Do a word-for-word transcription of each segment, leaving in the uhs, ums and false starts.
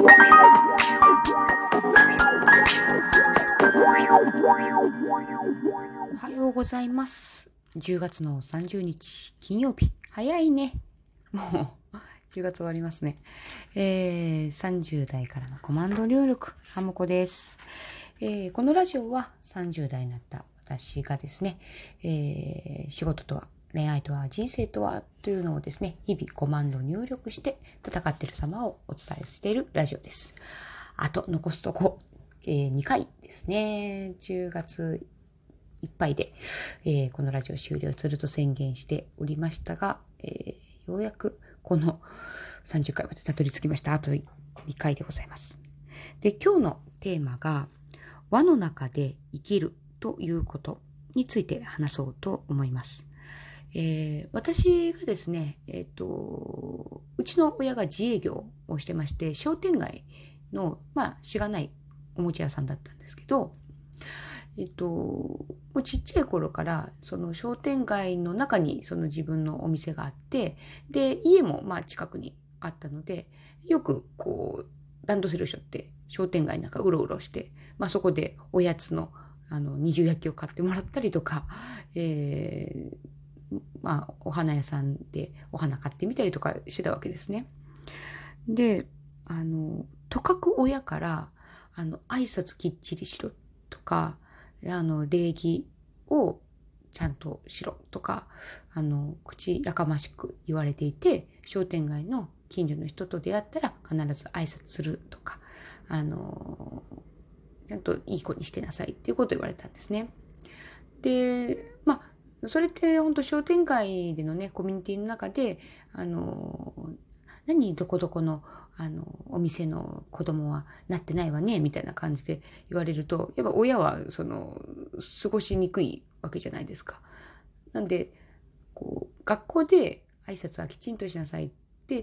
おはようございます。じゅうがつのさんじゅうにち金曜日。早いね。もうじゅうがつ終わりますね。えー、さんじゅう代からのコマンド入力、ハムコです。えー、このラジオはさんじゅう代になった私がですね、えー、仕事とは、恋愛とは、人生とはというのをですね、日々コマンド入力して戦っている様をお伝えしているラジオです。あと残すとこ、えー、にかいですね。じゅうがついっぱいで、えー、このラジオ終了すると宣言しておりましたが、えー、ようやくこのさんじゅっかいまでたどり着きました。あとにかいでございます。で、今日のテーマが輪の中で生きるということについて話そうと思います。えー、私がですね、えっと、うちの親が自営業をしてまして、商店街の、まあ、しがないおもちゃ屋さんだったんですけど、えっと、もうちっちゃい頃から、その商店街の中にその自分のお店があって、で、家もまあ近くにあったので、よくこう、ランドセル背負って商店街の中うろうろして、まあそこでおやつの、あの、二重焼きを買ってもらったりとか、えー、まあ、お花屋さんでお花買ってみたりとかしてたわけですね。で、あの、とかく親から、あの、挨拶きっちりしろとか、あの、礼儀をちゃんとしろとか、あの、口やかましく言われていて、商店街の近所の人と出会ったら必ず挨拶するとか、あの、ちゃんといい子にしてなさいっていうことを言われたんですね。で、まあ、それって本当商店街でのね、コミュニティの中で、あの、何どこどこの、あの、お店の子供はなってないわね、みたいな感じで言われると、やっぱ親は、その、過ごしにくいわけじゃないですか。なんで、こう、学校で挨拶はきちんとしなさいって、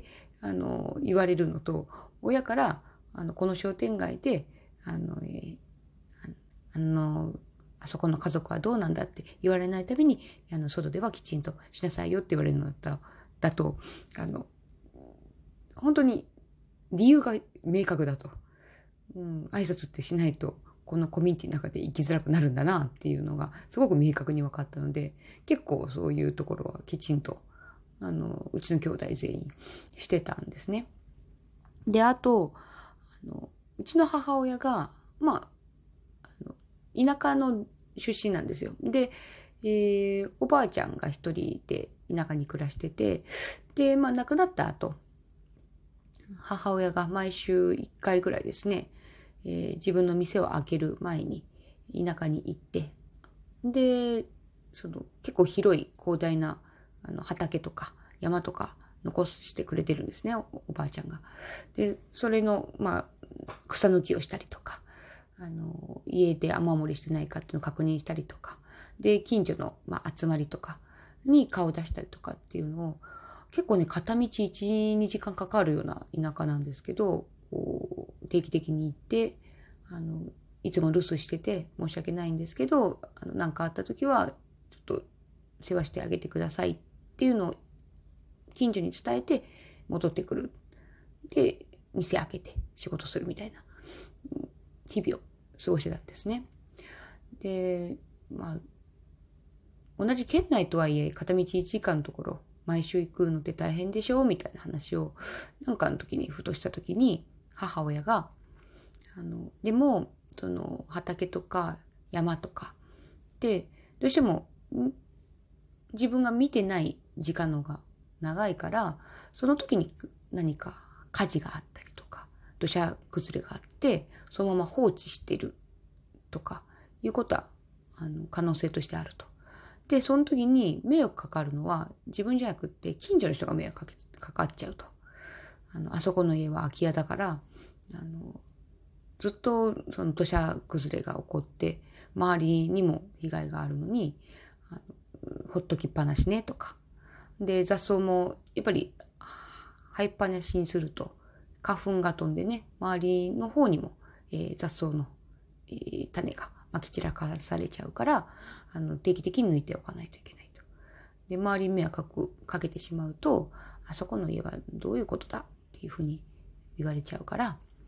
あの、言われるのと、親から、あの、この商店街で、あの、えー、あの、あそこの家族はどうなんだって言われないたびに、あの、外ではきちんとしなさいよって言われるのだった、だと、あの、本当に理由が明確だと。うん、挨拶ってしないと、このコミュニティの中で生きづらくなるんだなっていうのが、すごく明確に分かったので、結構そういうところはきちんと、あの、うちの兄弟全員してたんですね。で、あと、あの、うちの母親が、まあ、あの田舎の出身なんですよ。で、えー、おばあちゃんが一人で田舎に暮らしてて、で、まあ亡くなった後、母親が毎週いっかいぐらいですね、えー、自分の店を開ける前に田舎に行って、で、その結構広い広大なあの畑とか山とか残してくれてるんですね、お、おばあちゃんが。で、それの、まあ、草抜きをしたりとか、あの、家で雨漏りしてないかっていうのを確認したりとか、で、近所の、まあ、集まりとかに顔を出したりとかっていうのを、結構ね、片道いち、にじかんかかるような田舎なんですけど、こう定期的に行って、あの、いつも留守してて申し訳ないんですけど、あの、なんかあった時は、ちょっと世話してあげてくださいっていうのを近所に伝えて戻ってくる。で、店開けて仕事するみたいな日々を過ごしてたんですね。で、まあ、同じ県内とはいえ片道いちじかんのところ、毎週行くのって大変でしょみたいな話を、なんかの時にふとした時に母親が、あの、でも、その畑とか山とかで、どうしても自分が見てない時間の方が長いから、その時に何か火事があったりとか、土砂崩れがあって、そのまま放置してるとかいうことは、あの、可能性としてあると。で、その時に迷惑かかるのは自分じゃなくって近所の人が迷惑かけ、かかっちゃうと。あの、あそこの家は空き家だから、あの、ずっとその土砂崩れが起こって、周りにも被害があるのに、あのほっときっぱなしねとか。で、雑草もやっぱり生えっぱなしにすると花粉が飛んでね、周りの方にも、えー、雑草の、えー、種がまき散らかされちゃうから、あの、定期的に抜いておかないといけないと。で、周りに迷惑かけてしまうと、あそこの家はどういうことだっていうふうに言われちゃうから、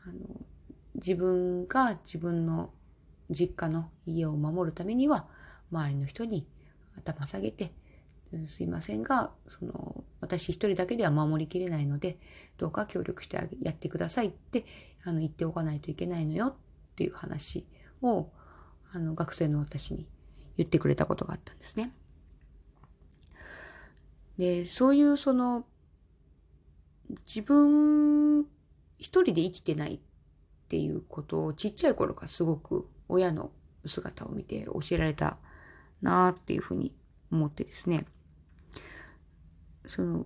あの、自分が自分の実家の家を守るためには、周りの人に頭下げて、すいませんが、その、私一人だけでは守りきれないので、どうか協力してあげやってくださいって、あの、言っておかないといけないのよっていう話を、あの、学生の私に言ってくれたことがあったんですね。で、そういうその、自分一人で生きてないっていうことをちっちゃい頃からすごく親の姿を見て教えられたなっていうふうに思ってですね。その、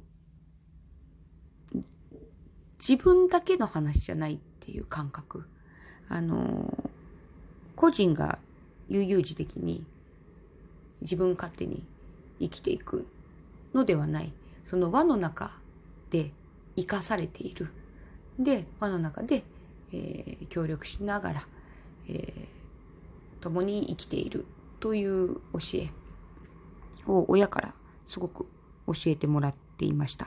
自分だけの話じゃないっていう感覚。あの、個人が悠々自適に自分勝手に生きていくのではない。その輪の中で生かされている。で、輪の中で、えー、協力しながら、えー、共に生きているという教えを親からすごく教えてもらっていました。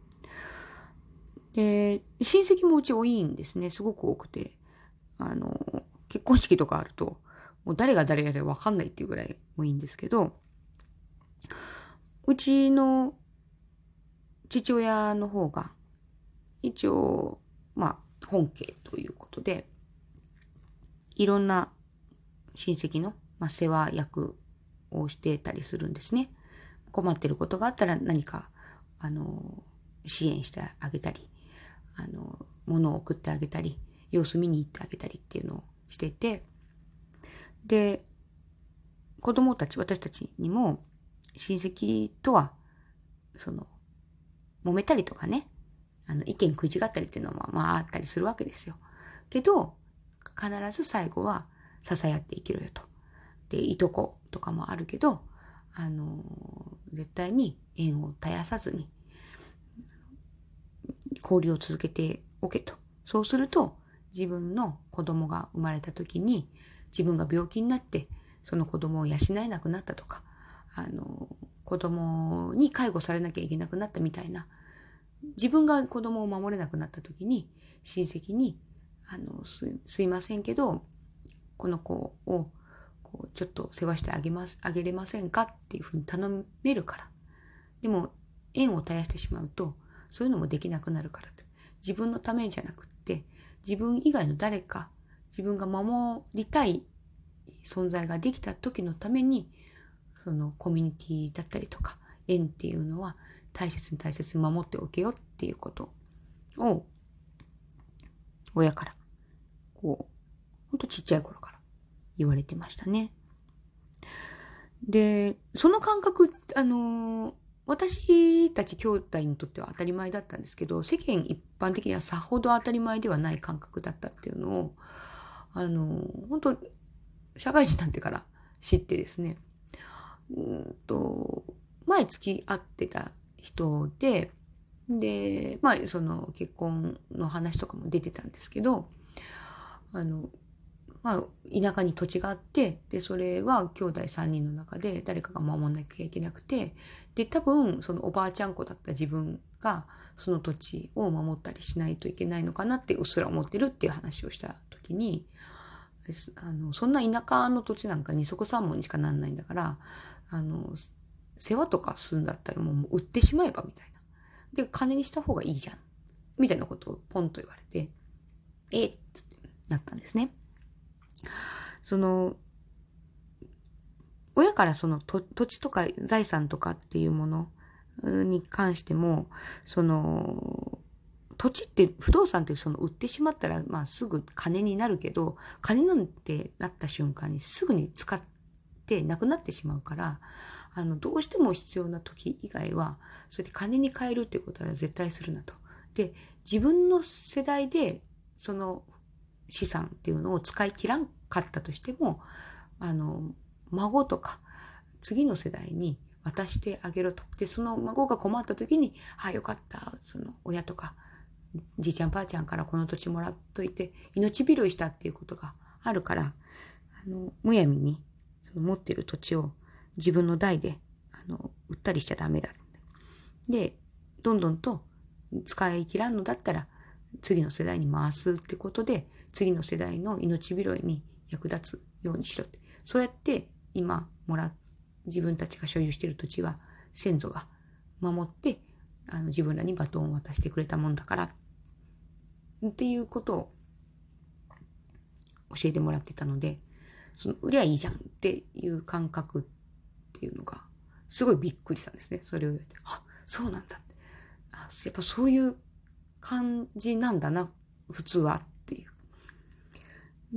で、親戚もうち多いんですね。すごく多くて。あの、結婚式とかあると、もう誰が誰やらわかんないっていうぐらい多いんですけど、うちの父親の方が、一応、まあ、本家ということで、いろんな親戚の、まあ、世話役をしてたりするんですね。困ってることがあったら何か、あの、支援してあげたり、あの、物を送ってあげたり、様子見に行ってあげたりっていうのをしてて、で、子供たち、私たちにも、親戚とは、その、揉めたりとかね、あの、意見食い違ったりっていうのは、まあ、あったりするわけですよ。けど、必ず最後は、支え合って生きろよと。で、いとことかもあるけど、あの、絶対に縁を絶やさずに、交流を続けておけと。そうすると、自分の子供が生まれた時に、自分が病気になって、その子供を養えなくなったとか、あの、子供に介護されなきゃいけなくなったみたいな、自分が子供を守れなくなった時に、親戚に、あの、す、すいませんけど、この子を、こう、ちょっと世話してあげます、あげれませんかっていうふうに頼めるから。でも、縁を絶やしてしまうと、そういうのもできなくなるからと。自分のためじゃなくって、自分以外の誰か、自分が守りたい存在ができた時のために、そのコミュニティだったりとか、縁っていうのは大切に大切に守っておけよっていうことを、親から、こう、ほんとちっちゃい頃から言われてましたね。で、その感覚、あの、私たち兄弟にとっては当たり前だったんですけど、世間一般的にはさほど当たり前ではない感覚だったっていうのを、あの、本当社会人になってから知ってですね、うんと、前付き合ってた人で、で、まあ、その結婚の話とかも出てたんですけど、あの、まあ、田舎に土地があって、で、それは兄弟さんにんの中で誰かが守んなきゃいけなくて、で、多分、そのおばあちゃん子だった自分が、その土地を守ったりしないといけないのかなってうっすら思ってるっていう話をした時に、あの、そんな田舎の土地なんか二足三門にしかなんないんだから、あの、世話とかするんだったらもう売ってしまえばみたいな。で、金にした方がいいじゃん。みたいなことをポンと言われて、えっつってなったんですね。その、親からその土地とか財産とかっていうものに関しても、その、土地って不動産ってその売ってしまったら、まあすぐ金になるけど、金なんてなった瞬間にすぐに使ってなくなってしまうから、あの、どうしても必要な時以外は、そうやって金に変えるっていうことは絶対するなと。で、自分の世代で、その資産っていうのを使い切らんかったとしても、あの、孫とか、次の世代に渡してあげろと。で、その孫が困った時に、ああ、よかった、その親とか、じいちゃんばあちゃんからこの土地もらっといて、命拾いしたっていうことがあるから、あの、むやみに、その持ってる土地を自分の代で、あの、売ったりしちゃダメだ。で、どんどんと使い切らんのだったら、 次の世代に回すってことで、次の世代の命拾いに役立つようにしろって。そうやって今もら、自分たちが所有している土地は先祖が守って、あの自分らにバトンを渡してくれたもんだから、っていうことを教えてもらってたので、その、売りゃいいじゃんっていう感覚っていうのが、すごいびっくりしたんですね。それを言って、あ、そうなんだって。あ、やっぱそういう感じなんだな、普通はっていう。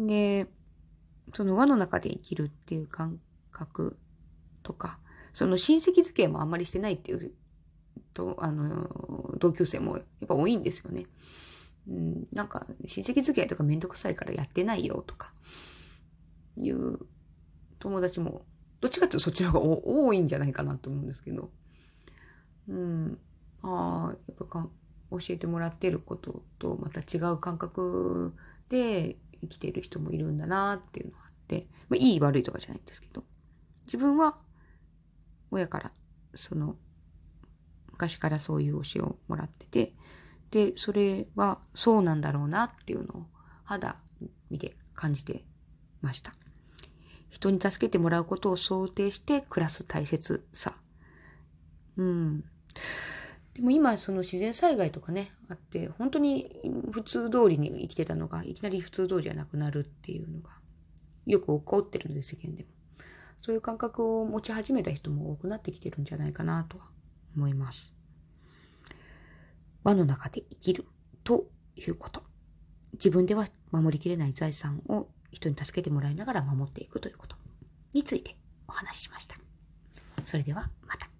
で、その輪の中で生きるっていう感覚とか、その親戚付き合いもあんまりしてないっていうと、あの、同級生もやっぱ多いんですよね。うん、なんか、親戚付き合いとかめんどくさいからやってないよとか、いう友達も、どっちかっていうとそっちの方が多いんじゃないかなと思うんですけど、うん、ああ、やっぱか教えてもらってることとまた違う感覚で生きている人もいるんだなっていうのがあって、まあ、いい悪いとかじゃないんですけど、自分は親からその昔からそういう教えをもらってて、で、それはそうなんだろうなっていうのを肌見て感じてました。人に助けてもらうことを想定して暮らす大切さ。うん。でも今その自然災害とかね、あって、本当に普通通りに生きてたのが、いきなり普通通りじゃなくなるっていうのが、よく起こってるので世間でも。そういう感覚を持ち始めた人も多くなってきてるんじゃないかなとは思います。輪の中で生きるということ。自分では守りきれない財産を人に助けてもらいながら守っていくということについてお話ししました。それではまた。